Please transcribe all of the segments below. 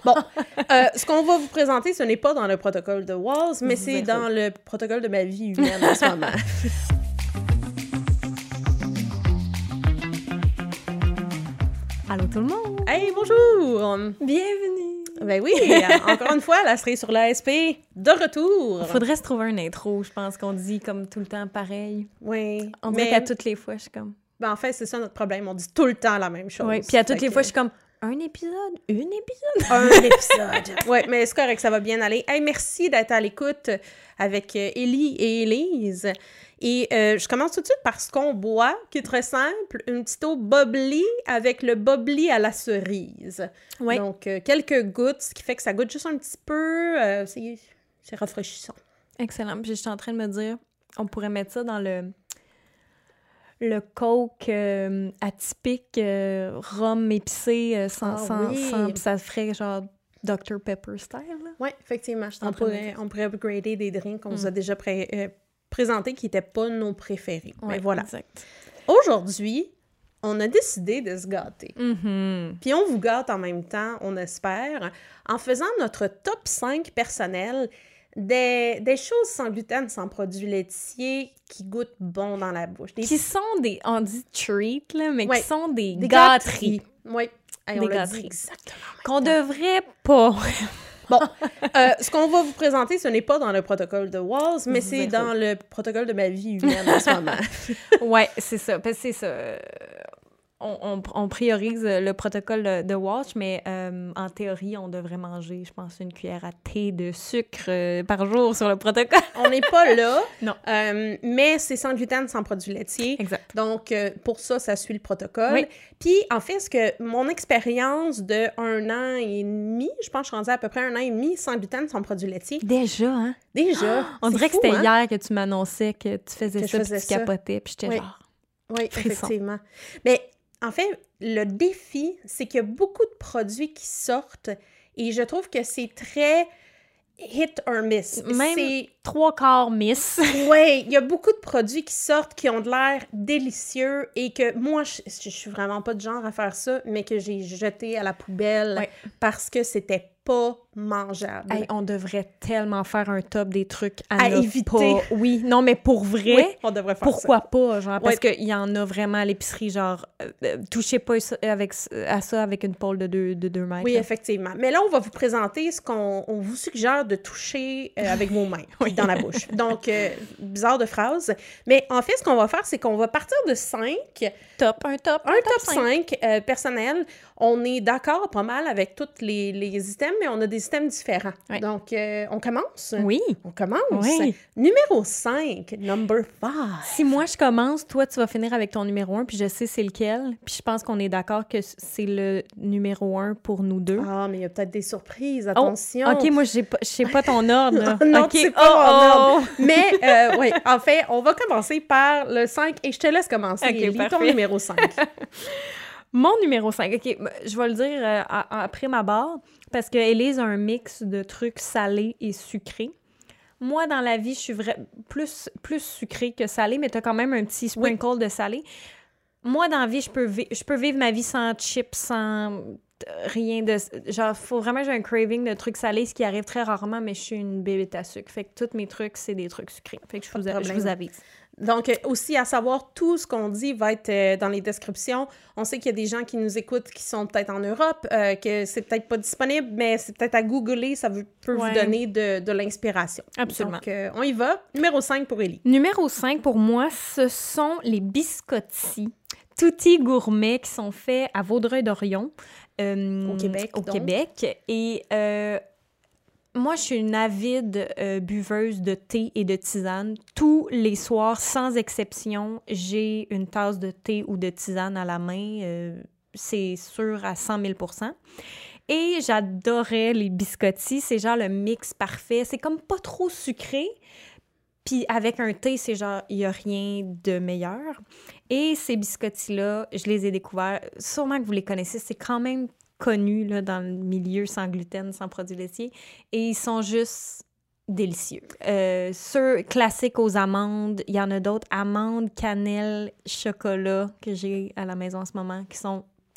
Bon, ce qu'on va vous présenter, ce n'est pas dans le protocole de Walls, mais c'est dans le protocole de ma vie humaine en ce moment. Allô tout le monde! Hey, bonjour! Bienvenue! Ben oui, encore une fois, la série sur l'ASP, de retour! Faudrait se trouver un intro, je pense qu'on dit comme tout le temps pareil. Oui. On dirait qu'à toutes les fois, je suis comme... Ben en fait, c'est ça notre problème, on dit tout le temps la même chose. Oui, puis à toutes les fois, je suis comme... Un épisode? Un épisode. Oui, mais c'est correct, ça va bien aller. Hey, merci d'être à l'écoute avec Élie et Élise. Et je commence tout de suite par ce qu'on boit, qui est très simple, une petite eau bubbly avec le bubbly à la cerise. Oui. Donc, quelques gouttes, ce qui fait que ça goûte juste un petit peu. C'est rafraîchissant. Excellent. Puis je suis en train de me dire, on pourrait mettre ça dans le Coke atypique, rhum épicé, sans, puis ça ferait genre Dr Pepper style. Oui, effectivement. On pourrait upgrader des drinks qu'on vous a déjà présentés qui n'étaient pas nos préférés. Ouais, mais voilà. Exact. Aujourd'hui, on a décidé de se gâter. Mm-hmm. Puis on vous gâte en même temps, on espère, en faisant notre top 5 personnel des choses sans gluten, sans produits laitiers, qui goûtent bon dans la bouche. Qui sont des, on dit treats, là, mais ouais, qui sont des gâteries. Oui, des on l'a gâteries. dit exactement. Qu'on devrait pas. Bon, ce qu'on va vous présenter, ce n'est pas dans le protocole de Walls, mais c'est dans le protocole de ma vie humaine en ce moment. Ouais, c'est ça. Parce que c'est ça. On priorise le protocole de Walsh, mais en théorie, on devrait manger, je pense, une cuillère à thé de sucre par jour sur le protocole. On n'est pas là. Non. Mais c'est sans gluten, sans produits laitiers. Exact. Donc, pour ça suit le protocole. Oui. Puis, en fait, ce que mon expérience de 1 an et demi, je pense que je suis rendue à peu près 1 an et demi sans gluten, sans produits laitiers. Déjà, hein? Déjà. On dirait que c'était hier que tu m'annonçais que tu faisais que ça, puis tu capotais, puis j'étais genre... Oui, frisson. effectivement. Mais en fait, le défi, c'est qu'il y a beaucoup de produits qui sortent et je trouve que c'est très hit or miss. Même 3/4 miss. Oui, il y a beaucoup de produits qui sortent qui ont de l'air délicieux et que moi, je suis vraiment pas de genre à faire ça, mais que j'ai jeté à la poubelle parce que c'était pas mangeable. Hey, on devrait tellement faire un top des trucs à éviter. Pas. Oui, non, mais pour vrai, oui, on devrait faire pourquoi pas, genre, parce qu'il y en a vraiment à l'épicerie, genre, touchez pas à ça avec une pôle de 2 mètres. Oui, là. effectivement. Mais là, on va vous présenter ce qu'on vous suggère de toucher avec vos mains, dans la bouche. Donc, bizarre de phrase. Mais en fait, ce qu'on va faire, c'est qu'on va partir de 5. Un top 5 personnel. On est d'accord pas mal avec tous les items, mais on a des items différents. Oui. Donc, on commence? Oui. On commence. Oui. Numéro 5, number 5. Si moi, je commence, toi, tu vas finir avec ton numéro 1, puis je sais c'est lequel. Puis je pense qu'on est d'accord que c'est le numéro 1 pour nous deux. Ah, mais il y a peut-être des surprises, attention. OK, moi, je sais pas ton ordre. Là. Non, okay. c'est pas mon ordre. Mais, oui, en fait, on va commencer par le 5 et je te laisse commencer. OK, Lis parfait. ton numéro 5. Mon numéro 5, OK, je vais le dire après ma barre, parce que Élise a un mix de trucs salés et sucrés. Moi, dans la vie, je suis plus sucrée que salée, mais tu as quand même un petit sprinkle de salé. Moi, dans la vie, je peux vivre ma vie sans chips, sans rien de... Genre, faut vraiment que j'ai un craving de trucs salés, ce qui arrive très rarement, mais je suis une bébête à sucre. Fait que tous mes trucs, c'est des trucs sucrés. Fait que je vous avise. Donc, aussi, à savoir, tout ce qu'on dit va être dans les descriptions. On sait qu'il y a des gens qui nous écoutent qui sont peut-être en Europe, que c'est peut-être pas disponible, mais c'est peut-être à googler, ça peut vous donner de l'inspiration. Absolument. Donc, on y va. Numéro 5 pour Élie. Numéro 5, pour moi, ce sont les biscottis Tutti gourmets qui sont faits à Vaudreuil-Dorion. Au Québec. Et... moi, je suis une avide buveuse de thé et de tisane. Tous les soirs, sans exception, j'ai une tasse de thé ou de tisane à la main. C'est sûr à 100 000 %. Et j'adorais les biscottis. C'est genre le mix parfait. C'est comme pas trop sucré. Puis avec un thé, c'est genre, il n'y a rien de meilleur. Et ces biscottis-là, je les ai découverts. Sûrement que vous les connaissez. C'est quand même connus là, dans le milieu sans gluten, sans produits laitiers. Et ils sont juste délicieux. Ceux classiques aux amandes, il y en a d'autres. Amandes, cannelle, chocolat que j'ai à la maison en ce moment qui sont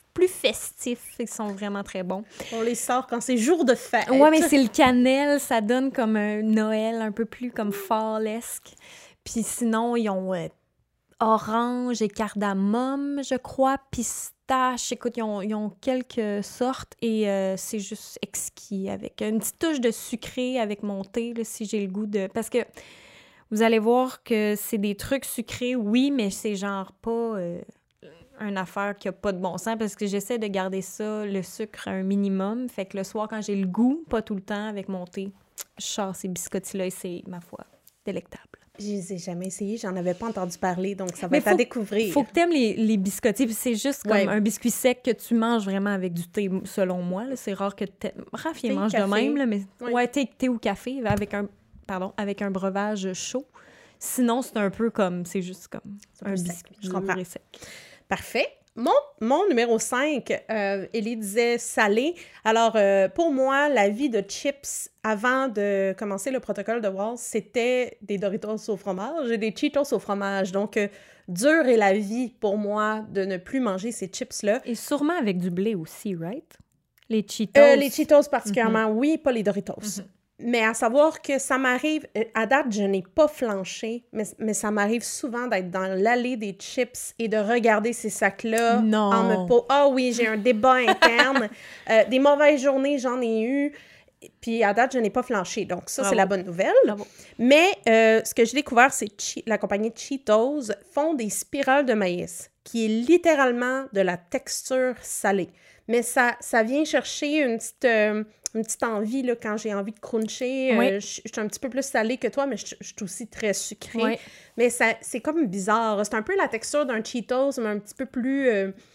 plus festifs. Ils sont vraiment très bons. On les sort quand c'est jour de fête. Ouais, mais c'est le cannelle. Ça donne comme un Noël un peu plus comme fallesque. Puis sinon, ils ont orange et cardamome, je crois, pistache. Écoute, ils ont quelques sortes et c'est juste exquis avec une petite touche de sucré avec mon thé, là, si j'ai le goût de... Parce que vous allez voir que c'est des trucs sucrés, oui, mais c'est genre pas une affaire qui a pas de bon sens parce que j'essaie de garder ça, le sucre, à un minimum. Fait que le soir, quand j'ai le goût, pas tout le temps, avec mon thé, je sors ces biscottis-là et c'est, ma foi, délectable. Je les ai jamais essayés, j'en avais pas entendu parler, donc ça va être à découvrir. Faut que t'aimes les biscottis, puis c'est juste comme un biscuit sec que tu manges vraiment avec du thé, selon moi. Là. C'est rare que Raph, il mange de même, là, mais thé ou café avec un breuvage chaud. Sinon, c'est un peu comme, c'est juste comme un biscuit dur et sec. Parfait. Mon numéro 5, Élie disait salé. Alors, pour moi, la vie de chips avant de commencer le protocole de Walls, c'était des Doritos au fromage et des Cheetos au fromage. Donc, dur est la vie pour moi de ne plus manger ces chips-là. Et sûrement avec du blé aussi, right? Les Cheetos. Les Cheetos particulièrement, oui, pas les Doritos. Mais à savoir que ça m'arrive, à date, je n'ai pas flanché, mais ça m'arrive souvent d'être dans l'allée des chips et de regarder ces sacs-là en me Ah oui, j'ai un débat interne. Des mauvaises journées, j'en ai eu. Puis à date, je n'ai pas flanché. Donc ça, c'est la bonne nouvelle. Bravo. Mais ce que j'ai découvert, c'est la compagnie Cheetos font des spirales de maïs, qui est littéralement de la texture salée. Mais ça vient chercher une petite envie, là, quand j'ai envie de cruncher. Je suis un petit peu plus salée que toi, mais je suis aussi très sucrée. Oui. Mais c'est comme bizarre. C'est un peu la texture d'un Cheetos, mais un petit peu plus...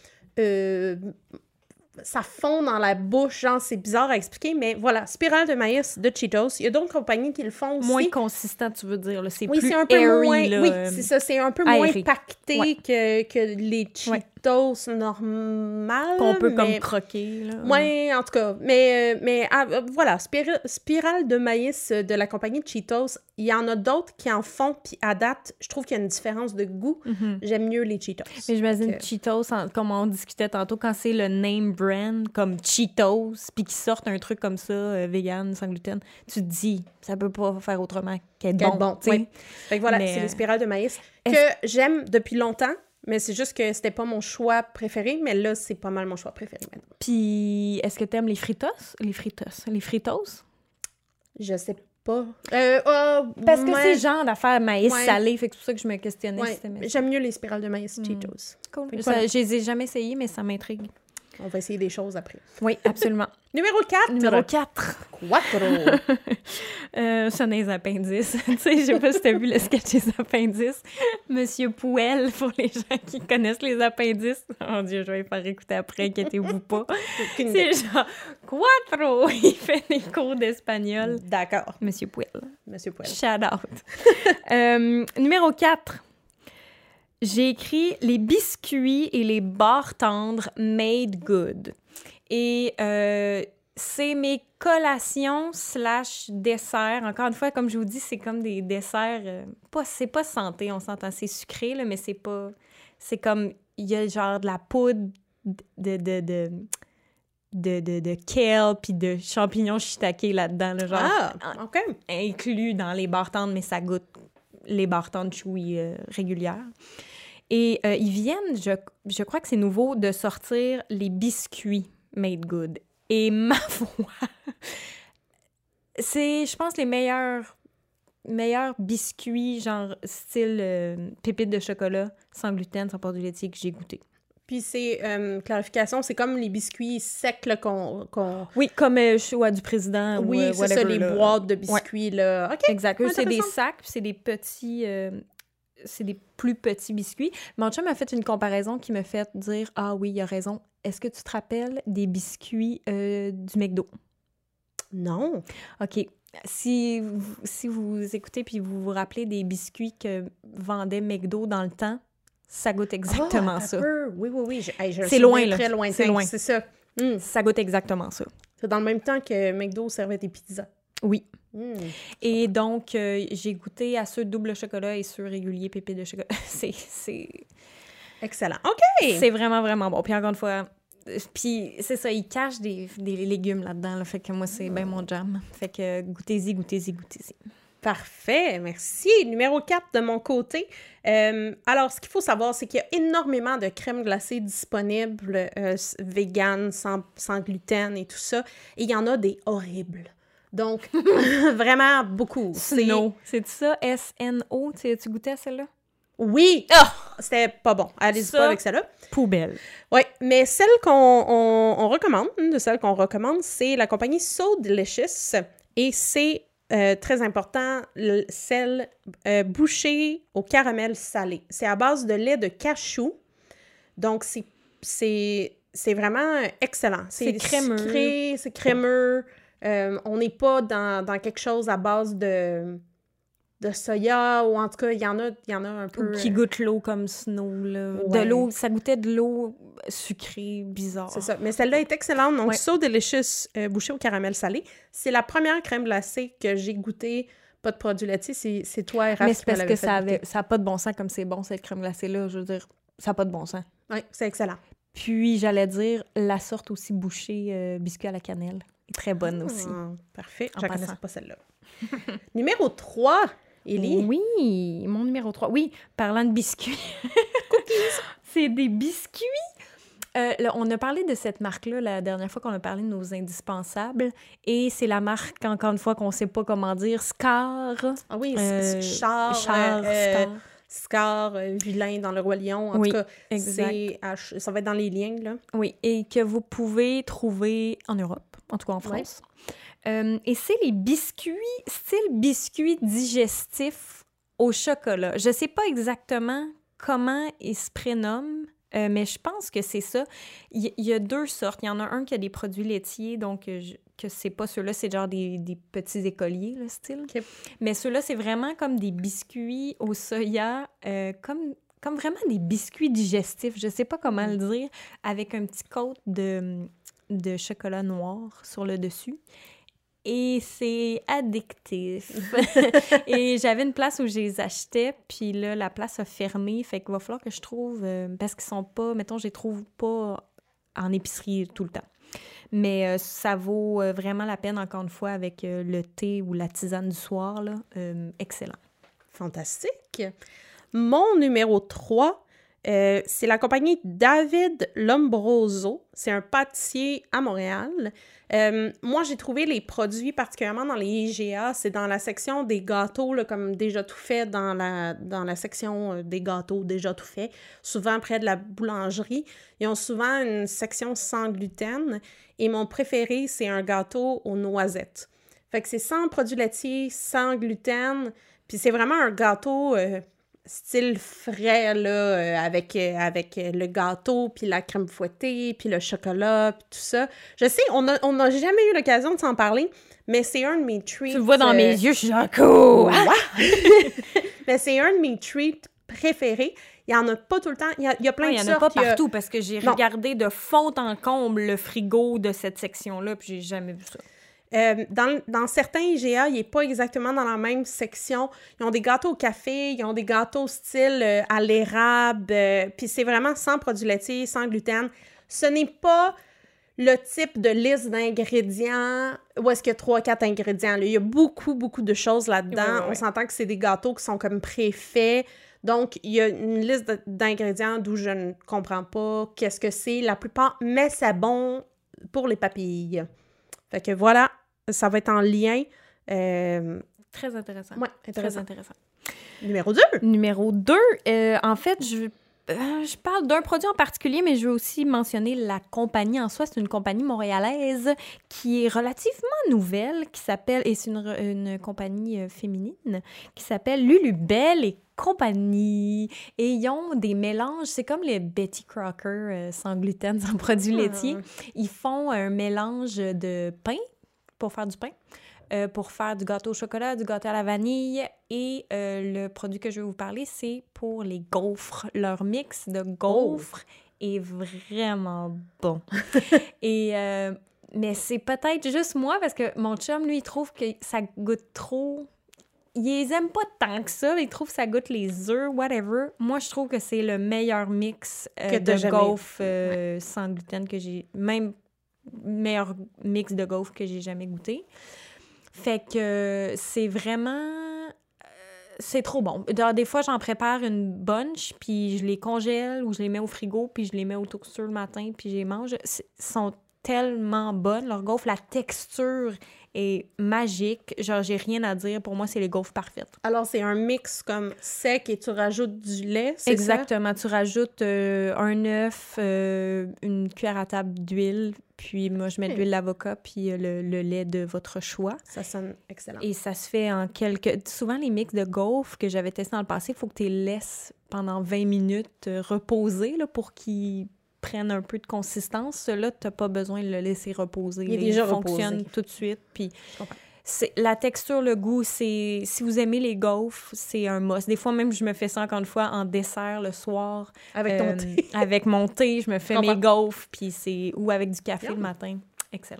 ça fond dans la bouche, genre, c'est bizarre à expliquer, mais voilà, spirale de maïs de Cheetos. Il y a d'autres compagnies qui le font aussi. Moins consistant, tu veux dire, là. C'est oui, plus c'est un peu airy, moins, là, oui, c'est ça, c'est un peu moins pacté que les Cheetos normales. Qu'on peut comme croquer, là. Oui, en tout cas, mais voilà, spirale de maïs de la compagnie Cheetos, il y en a d'autres qui en font, puis à date, je trouve qu'il y a une différence de goût. J'aime mieux les Cheetos. Mais j'imagine Cheetos, comme on discutait tantôt, quand c'est le name brand, comme Cheetos, puis qu'ils sortent un truc comme ça, vegan, sans gluten, tu te dis, ça peut pas faire autrement qu'être bon, tu sais. Oui. Fait que voilà, c'est les spirales de maïs que j'aime depuis longtemps, mais c'est juste que c'était pas mon choix préféré, mais là, c'est pas mal mon choix préféré maintenant. Puis, est-ce que t'aimes les fritos? Les fritos? Je sais pas. Parce que c'est genre d'affaires maïs salé, fait que c'est pour ça que je me questionnais si t'aimais. J'aime mieux les spirales de maïs Cheetos. Cool. Je les ai jamais essayées, mais ça m'intrigue. On va essayer des choses après. Oui, absolument. Numéro 4. Numéro 4. Quattro. Ça n'est les appendices. Tu sais, je sais pas si t'as vu le sketch des appendices. Monsieur Pouel, pour les gens qui connaissent les appendices. Oh mon Dieu, je vais les faire écouter après, inquiétez-vous pas. C'est genre, quattro. Il fait des cours d'espagnol. D'accord. Monsieur Pouel. Monsieur Pouel. Shout out. Numéro 4. J'ai écrit les biscuits et les barres tendres made good. Et c'est mes collations / desserts. Encore une fois, comme je vous dis, c'est comme des desserts... c'est pas santé, on s'entend. C'est sucré, là, mais c'est pas... C'est comme... Il y a genre de la poudre de kale puis de champignons shiitake là-dedans. Là, genre, OK. Inclus dans les barres tendres, mais ça goûte les barres tendres chewy régulières. Et ils viennent, je crois que c'est nouveau, de sortir les biscuits made good. Et ma foi, c'est, je pense, les meilleurs biscuits, genre style pépites de chocolat, sans gluten, sans produits laitiers que j'ai goûté. Puis c'est, clarification, c'est comme les biscuits secs là, qu'on... Oui, comme du président ou whatever. Oui, c'est ça, les boîtes de biscuits, là. OK. Exact. Eux, c'est des sacs, puis c'est des petits... c'est des plus petits biscuits. Mon chum m'a fait une comparaison qui me fait dire « Ah oui, il a raison. Est-ce que tu te rappelles des biscuits du McDo? » Non. OK. Si vous écoutez puis vous vous rappelez des biscuits que vendait McDo dans le temps, ça goûte exactement ça. Oui. C'est loin, là. Très loin. C'est loin. C'est ça. Ça goûte exactement ça. C'est dans le même temps que McDo servait des pizzas. Oui. Et donc, j'ai goûté à ceux double chocolat et ceux réguliers pépites de chocolat. C'est... Excellent. OK! C'est vraiment, vraiment bon. Puis encore une fois, Puis, c'est ça, ils cachent des légumes là-dedans, là, fait que moi, c'est bien mon jam. Fait que goûtez-y. Parfait, merci. Numéro 4 de mon côté. Alors, ce qu'il faut savoir, c'est qu'il y a énormément de crèmes glacées disponibles, vegan, sans gluten et tout ça. Et il y en a des horribles. Donc, vraiment beaucoup. Snow. C'est ça? S-N-O? Tu goûtais à celle-là? Oui! C'était pas bon. Allez-y pas avec celle-là. Poubelle. Oui, mais celle qu'on recommande, une de celles qu'on recommande, c'est la compagnie So Delicious. Et c'est très important, celle bouchée au caramel salé. C'est à base de lait de cachou. Donc, c'est vraiment excellent. C'est crémeux. Sucré, c'est crémeux. On n'est pas dans quelque chose à base de soya, ou en tout cas, il y en a un peu... Qui goûte l'eau comme Snow, là. Ouais. De l'eau, ça goûtait de l'eau sucrée, bizarre. C'est ça. Mais celle-là est excellente. Donc, Ouais. So Delicious bouchée au caramel salé. C'est la première crème glacée que j'ai goûtée. Pas de produits laitiers. C'est toi, Raph, Mais c'est qui me parce l'avais que fait ça goûter. n'a pas de bon sens comme c'est bon, cette crème glacée-là. Je veux dire, ça n'a pas de bon sens. Oui, c'est excellent. Puis, j'allais dire, la sorte aussi bouchée biscuit à la cannelle est très bonne aussi. Parfait. En Je ne connaissais passant. pas celle-là. Numéro 3, Élie. Oui, mon numéro 3. Oui, parlant de biscuits. C'est des biscuits. Là, on a parlé de cette marque-là la dernière fois qu'on a parlé de nos indispensables. Et c'est la marque, encore une fois, qu'on ne sait pas comment dire, Scar. Ah oui, Scar. Scar, vilain dans le Roi Lion. En Oui, tout cas, exact. ça va être dans les liens, là. Oui, et que vous pouvez trouver en Europe, en tout cas en France. Et c'est les biscuits, style biscuits digestifs au chocolat. Je ne sais pas exactement comment ils se prénomment, mais je pense que c'est ça. Il y a deux sortes. Il y en a un qui a des produits laitiers, donc que c'est pas ceux-là, c'est genre des petits écoliers, le style. OK. Mais ceux-là, c'est vraiment comme des biscuits au soya, comme vraiment des biscuits digestifs, je sais pas comment le dire, avec un petit coat de chocolat noir sur le dessus. Et c'est addictif. Et j'avais une place où je les achetais, puis là, la place a fermé, fait qu'il va falloir que je trouve, parce qu'ils sont pas, mettons, je les trouve pas en épicerie tout le temps. Mais ça vaut vraiment la peine, encore une fois, avec le thé ou la tisane du soir, là. Excellent. Fantastique. Mon numéro 3, c'est la compagnie David Lombroso. C'est un pâtissier à Montréal. Moi, j'ai trouvé les produits, particulièrement dans les IGA, c'est dans la section des gâteaux, là, comme déjà tout fait, dans la section des gâteaux déjà tout fait, souvent près de la boulangerie. Ils ont souvent une section sans gluten. Et mon préféré, c'est un gâteau aux noisettes. Fait que c'est sans produits laitiers, sans gluten. Puis c'est vraiment un gâteau style frais, là, avec le gâteau, puis la crème fouettée, puis le chocolat, puis tout ça. Je sais, on n'a jamais eu l'occasion de s'en parler, mais c'est un de mes treats. Tu le vois dans mes yeux, je suis genre cool! Mais c'est un de mes treats préférés. Il n'y en a pas tout le temps. Il y a plein de sortes. Il n'y en a pas partout, parce que j'ai regardé de fond en comble le frigo de cette section-là, puis j'ai jamais vu ça. Dans certains IGA, il n'est pas exactement dans la même section. Ils ont des gâteaux au café, ils ont des gâteaux style à l'érable, puis c'est vraiment sans produits laitiers, sans gluten. Ce n'est pas le type de liste d'ingrédients où est-ce qu'il y a 3-4 ingrédients. Là. Il y a beaucoup, beaucoup de choses là-dedans. Ouais. On s'entend que c'est des gâteaux qui sont comme préfaits. Donc, il y a une liste d'ingrédients d'où je ne comprends pas qu'est-ce que c'est la plupart, mais c'est bon pour les papilles. Fait que voilà, ça va être en lien. Très intéressant. Ouais, Très intéressant. Numéro 2. Numéro 2, en fait, je parle d'un produit en particulier, mais je veux aussi mentionner la compagnie en soi. C'est une compagnie montréalaise qui est relativement nouvelle, qui s'appelle, et c'est une compagnie féminine, qui s'appelle Lulubelle et compagnie. Et ils ont des mélanges, c'est comme les Betty Crocker sans gluten, sans produits laitiers. Ils font un mélange de pain pour faire du pain. Pour faire du gâteau au chocolat, du gâteau à la vanille. Et le produit que je vais vous parler, c'est pour les gaufres. Leur mix de gaufres est vraiment bon. Et, mais c'est peut-être juste moi, parce que mon chum, lui, il trouve que ça goûte trop ils aiment pas tant que ça. Ils trouvent que ça goûte les œufs, whatever. Moi, je trouve que c'est le meilleur mix de gaufres sans gluten que j'ai... Même meilleur mix de gaufres que j'ai jamais goûté. Fait que c'est vraiment... c'est trop bon. Des fois, j'en prépare une bunch, puis je les congèle ou je les mets au frigo, puis je les mets au toaster le matin, puis je les mange. Ils sont tellement bonnes, leurs gaufres. La texture est magique. Genre, j'ai rien à dire. Pour moi, c'est les gaufres parfaites. Alors, c'est un mix comme sec et tu rajoutes du lait, c'est Exactement. ça? Tu rajoutes un œuf, une cuillère à table d'huile, puis moi, je mets de l'huile d'avocat, puis le lait de votre choix. Ça sonne excellent. Et ça se fait en quelques... Souvent, les mix de gaufres que j'avais testés dans le passé, il faut que tu les laisses pendant 20 minutes reposer là, pour qu'ils prennent un peu de consistance. Ceux-là, tu n'as pas besoin de le laisser reposer. Il est déjà fonctionne reposé. tout de suite. Puis la texture, le goût, c'est... Si vous aimez les gaufres, c'est un must. Des fois, même, je me fais ça, encore une fois, en dessert le soir. Avec ton thé. Avec mon thé, je me fais mes gaufres, puis c'est... Ou avec du café le matin. Excellent.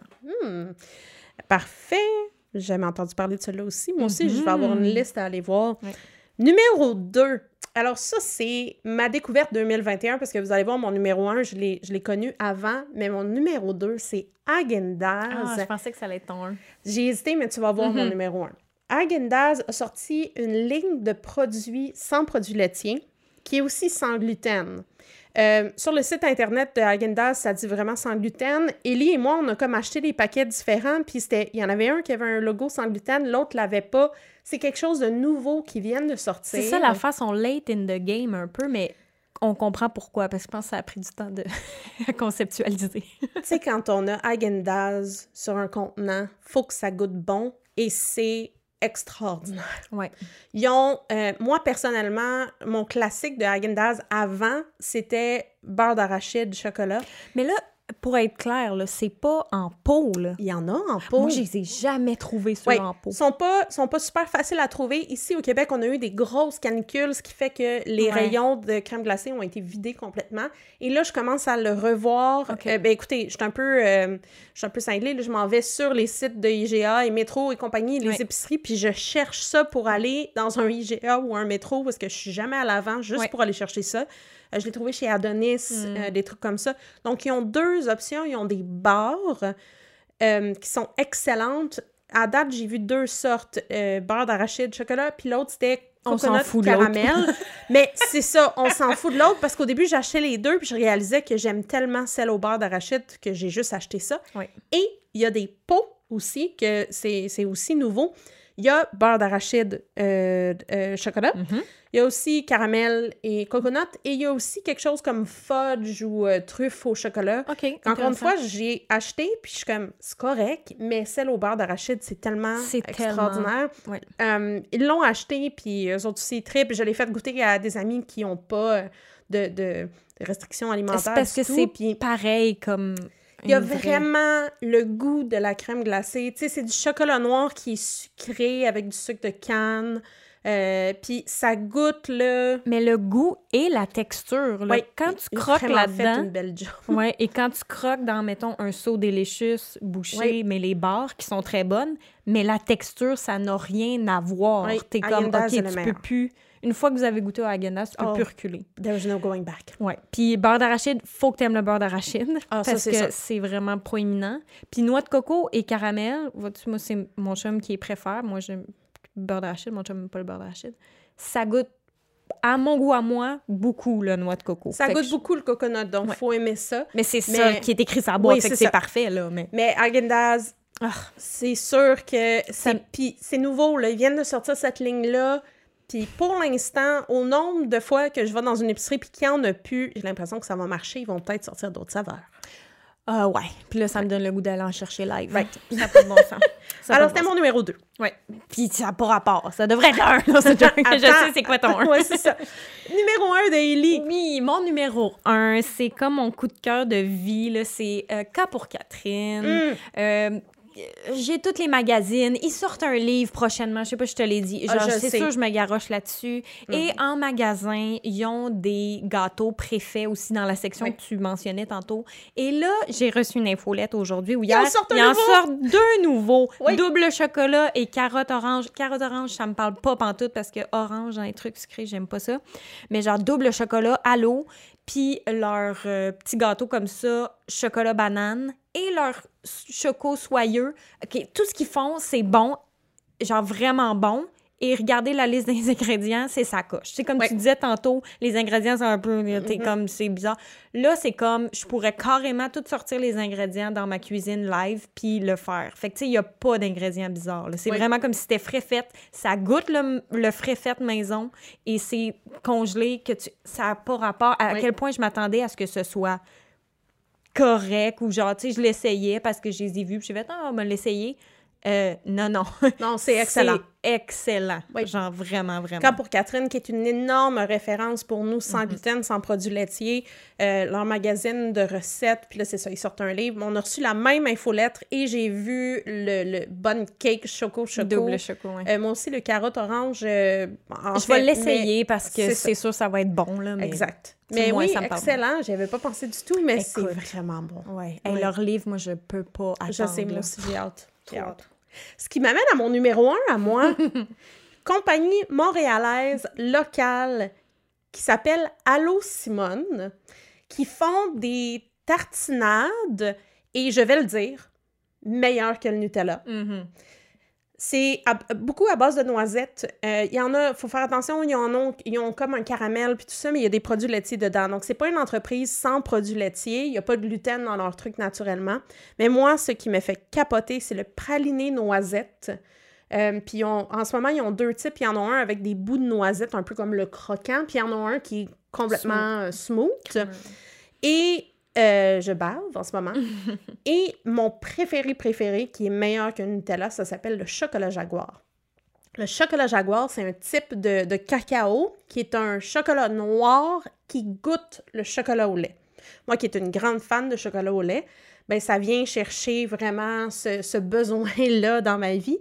Parfait. J'ai jamais entendu parler de celui-là aussi. Moi aussi, je vais avoir une liste à aller voir. Ouais. Numéro 2. Alors ça, c'est ma découverte 2021, parce que vous allez voir, mon numéro 1, je l'ai connu avant, mais mon numéro 2, c'est Häagen-Dazs. Ah, je pensais que ça allait être ton 1. J'ai hésité, mais tu vas voir mon numéro 1. Häagen-Dazs a sorti une ligne de produits sans produits laitiers, qui est aussi sans gluten. Sur le site internet de Häagen-Dazs, ça dit vraiment sans gluten. Ellie et moi, on a comme acheté des paquets différents, puis il y en avait un qui avait un logo sans gluten, l'autre l'avait pas. C'est quelque chose de nouveau qui vient de sortir. C'est ça, la façon late in the game un peu, mais on comprend pourquoi, parce que je pense que ça a pris du temps de conceptualiser. Tu sais, quand on a Häagen-Dazs sur un contenant, faut que ça goûte bon, et c'est extraordinaire. Ouais. Ils ont, moi, personnellement, mon classique de Häagen-Dazs avant, c'était beurre d'arachide, chocolat. Mais là, pour être clair, là, c'est pas en pot, là. Il y en a en pot. Moi, je les ai jamais trouvés ceux en pot. Ils sont pas super faciles à trouver. Ici, au Québec, on a eu des grosses canicules, ce qui fait que les rayons de crème glacée ont été vidés complètement. Et là, je commence à le revoir. Okay. Écoutez, je suis un peu cinglée. Là, je m'en vais sur les sites de IGA et Métro et compagnie, les épiceries, puis je cherche ça pour aller dans un IGA ou un Métro, parce que je suis jamais à l'avant, juste pour aller chercher ça. Je l'ai trouvé chez Adonis, des trucs comme ça. Donc, ils ont 2 options. Ils ont des barres qui sont excellentes. À date, j'ai vu 2 sortes. Beurre d'arachide, chocolat, puis l'autre, c'était coconut caramel. Mais c'est ça, on s'en fout de l'autre, parce qu'au début, j'achetais les 2, puis je réalisais que j'aime tellement celle au beurre d'arachide que j'ai juste acheté ça. Oui. Et il y a des pots aussi, que c'est aussi nouveau. Il y a beurre d'arachide, chocolat. Il y a aussi caramel et coconut. Et il y a aussi quelque chose comme fudge ou truffe au chocolat. OK. Encore une fois, j'ai acheté, puis je suis comme, c'est correct, mais celle au beurre d'arachide, c'est tellement extraordinaire. Ils l'ont acheté, puis eux autres aussi, trip. Je l'ai fait goûter à des amis qui n'ont pas de restrictions alimentaires. C'est parce que c'est pareil comme... Il y a vraiment le goût de la crème glacée. Tu sais, c'est du chocolat noir qui est sucré avec du sucre de canne. Puis ça goûte, là... Mais le goût et la texture, là, quand tu croques là-dedans... fait une belle job. Ouais, et quand tu croques dans, mettons, un seau Delicious bouché, mais les barres qui sont très bonnes, mais la texture, ça n'a rien à voir. T'es comme, OK, tu peux plus... Une fois que vous avez goûté au Häagen-Dazs, tu peux plus reculer. There's no going back. Ouais. Puis beurre d'arachide, faut que tu aimes le beurre d'arachide. Parce que ça. c'est vraiment proéminent. Puis noix de coco et caramel, vois-tu, moi, c'est mon chum qui préfère. Moi, j'aime le beurre d'arachide. Mon chum n'aime pas le beurre d'arachide. Ça goûte, à mon goût à moi, beaucoup la noix de coco. Ça goûte beaucoup le coconut, donc il faut aimer ça. Mais c'est ça qui est écrit sur la boîte, fait que c'est parfait, là. Mais Häagen-Dazs, c'est sûr que puis c'est nouveau, là. Ils viennent de sortir cette ligne-là. Puis pour l'instant, au nombre de fois que je vais dans une épicerie puis qu'il n'y en a plus, j'ai l'impression que ça va marcher. Ils vont peut-être sortir d'autres saveurs. Ouais. Puis là, ça me donne le goût d'aller en chercher live. Right. Ça n'a pas de bon sens. Alors, c'était mon numéro 2. Ouais. Puis ça n'a pas rapport. Ça devrait être un. Je sais c'est quoi ton 1. Ouais, c'est ça. Numéro 1 de Ellie. Oui, mon numéro 1, c'est comme mon coup de cœur de vie. Là. C'est K pour Catherine. j'ai tous les magazines. Ils sortent un livre prochainement. Je sais pas si je te l'ai dit. Genre, c'est sûr, je me garoche là-dessus. Et en magasin, ils ont des gâteaux préfaits aussi dans la section que tu mentionnais tantôt. Et là, j'ai reçu une infolette aujourd'hui où hier, ils en sortent 2 nouveaux. Double chocolat et carotte orange. Carotte orange, ça me parle pas pantoute parce que orange dans les trucs sucrés, j'aime pas ça. Mais genre double chocolat à l'eau, puis leur petit gâteau comme ça, chocolat banane, et leur choco soyeux. OK, tout ce qu'ils font, c'est bon, genre vraiment bon. Et regardez la liste des ingrédients, c'est sa coche. C'est comme tu disais tantôt, les ingrédients sont un peu... comme c'est bizarre. Là, c'est comme, je pourrais carrément tout sortir les ingrédients dans ma cuisine live puis le faire. Fait que, tu sais, il n'y a pas d'ingrédients bizarres. Là. C'est vraiment comme si c'était frais fait. Ça goûte le frais fait maison et c'est congelé, que ça n'a pas rapport à quel point je m'attendais à ce que ce soit correct ou genre, tu sais, je l'essayais parce que je les ai vus puis j'ai fait, on va l'essayer. Non. Non, c'est excellent. C'est excellent. Oui. Genre vraiment. Quand pour Catherine, qui est une énorme référence pour nous, sans gluten, sans produits laitiers, leur magazine de recettes, puis là, c'est ça, ils sortent un livre. On a reçu la même infolettre et j'ai vu le Bun Cake Choco. Double choco, oui. Moi aussi, le carotte orange. Je vais l'essayer parce que c'est sûr ça va être bon. Là, mais... Exact. Mais moi, oui, excellent. J'y avais pas pensé du tout, mais c'est vraiment bon. Ouais. Et leur livre, moi, je peux pas attendre. Je sais, moi aussi, j'ai hâte. J'ai hâte. Ce qui m'amène à mon numéro 1 à moi, compagnie montréalaise locale qui s'appelle Allô Simone, qui font des tartinades, et je vais le dire, meilleures que le Nutella. C'est beaucoup à base de noisettes. Il y en a, il faut faire attention, ils ont comme un caramel puis tout ça, mais il y a des produits laitiers dedans. Donc, c'est pas une entreprise sans produits laitiers. Il n'y a pas de gluten dans leur truc naturellement. Mais moi, ce qui me fait capoter, c'est le praliné noisette. Puis en ce moment, ils ont 2 types. Il y en a un avec des bouts de noisettes, un peu comme le croquant, puis il y en a un qui est complètement smooth. Et... je bave en ce moment. Et mon préféré, qui est meilleur que Nutella, ça s'appelle le chocolat Jaguar. Le chocolat Jaguar, c'est un type de cacao qui est un chocolat noir qui goûte le chocolat au lait. Moi qui est une grande fan de chocolat au lait, ben ça vient chercher vraiment ce besoin-là dans ma vie.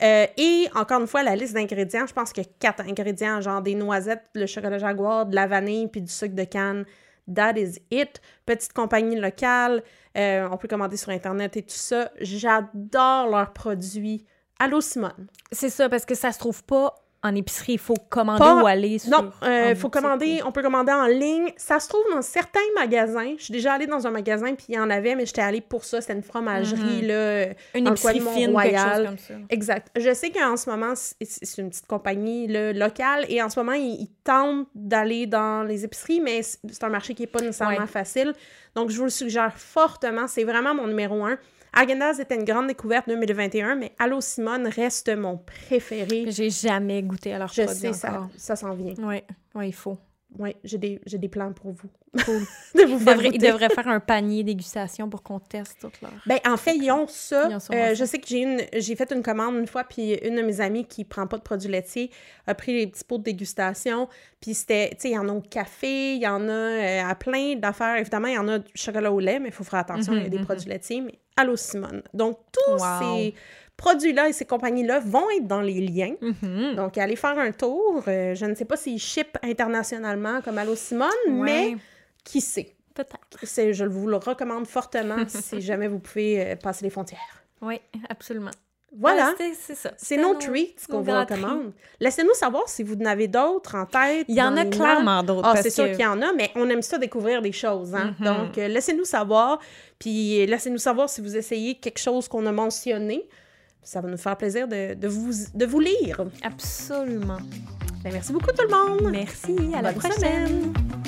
Et encore une fois, la liste d'ingrédients, je pense qu'il y a 4 ingrédients, genre des noisettes, le chocolat Jaguar, de la vanille puis du sucre de canne. That is it. Petite compagnie locale, on peut commander sur Internet et tout ça. J'adore leurs produits. Allô, Simone. C'est ça, parce que ça se trouve pas en épicerie. Il faut commander ou aller sur... Non, faut commander. On peut commander en ligne. Ça se trouve dans certains magasins. Je suis déjà allée dans un magasin, puis il y en avait, mais j'étais allée pour ça. C'était une fromagerie, là, une épicerie fine, quelque chose comme ça. Exact. Je sais qu'en ce moment, c'est une petite compagnie là, locale, et en ce moment, ils tentent d'aller dans les épiceries, mais c'est un marché qui n'est pas nécessairement facile. Donc, je vous le suggère fortement. C'est vraiment mon numéro 1. Häagen-Dazs était une grande découverte 2021, mais Allô Simone reste mon préféré. J'ai jamais goûté à leurs produits encore. Je sais, ça s'en vient. Oui, il faut. Oui, j'ai des plans pour vous. Cool. Ils devraient faire un panier dégustation pour qu'on teste tout leur... Ben, en fait, ils ont ça. Je sais que j'ai fait une commande une fois, puis une de mes amies qui prend pas de produits laitiers a pris les petits pots de dégustation, puis c'était, tu sais, il y en a au café, il y en a à plein d'affaires. Évidemment, il y en a du chocolat au lait, mais il faut faire attention, il y a des produits laitiers, mais Allô Simone. Donc, tous ces produits-là et ces compagnies-là vont être dans les liens. Donc, allez faire un tour. Je ne sais pas s'ils shippent internationalement comme Allô Simone, mais qui sait? Peut-être. Je vous le recommande fortement si jamais vous pouvez passer les frontières. Oui, absolument. Voilà, c'est ça. C'est nos treats qu'on vous recommande. Laissez-nous savoir si vous en avez d'autres en tête. Il y en a clairement d'autres. C'est sûr qu'il y en a, mais on aime ça découvrir des choses. Hein? Donc, laissez-nous savoir. Puis, laissez-nous savoir si vous essayez quelque chose qu'on a mentionné. Ça va nous faire plaisir de vous lire. Absolument. Ben, merci beaucoup tout le monde. Merci, à la prochaine.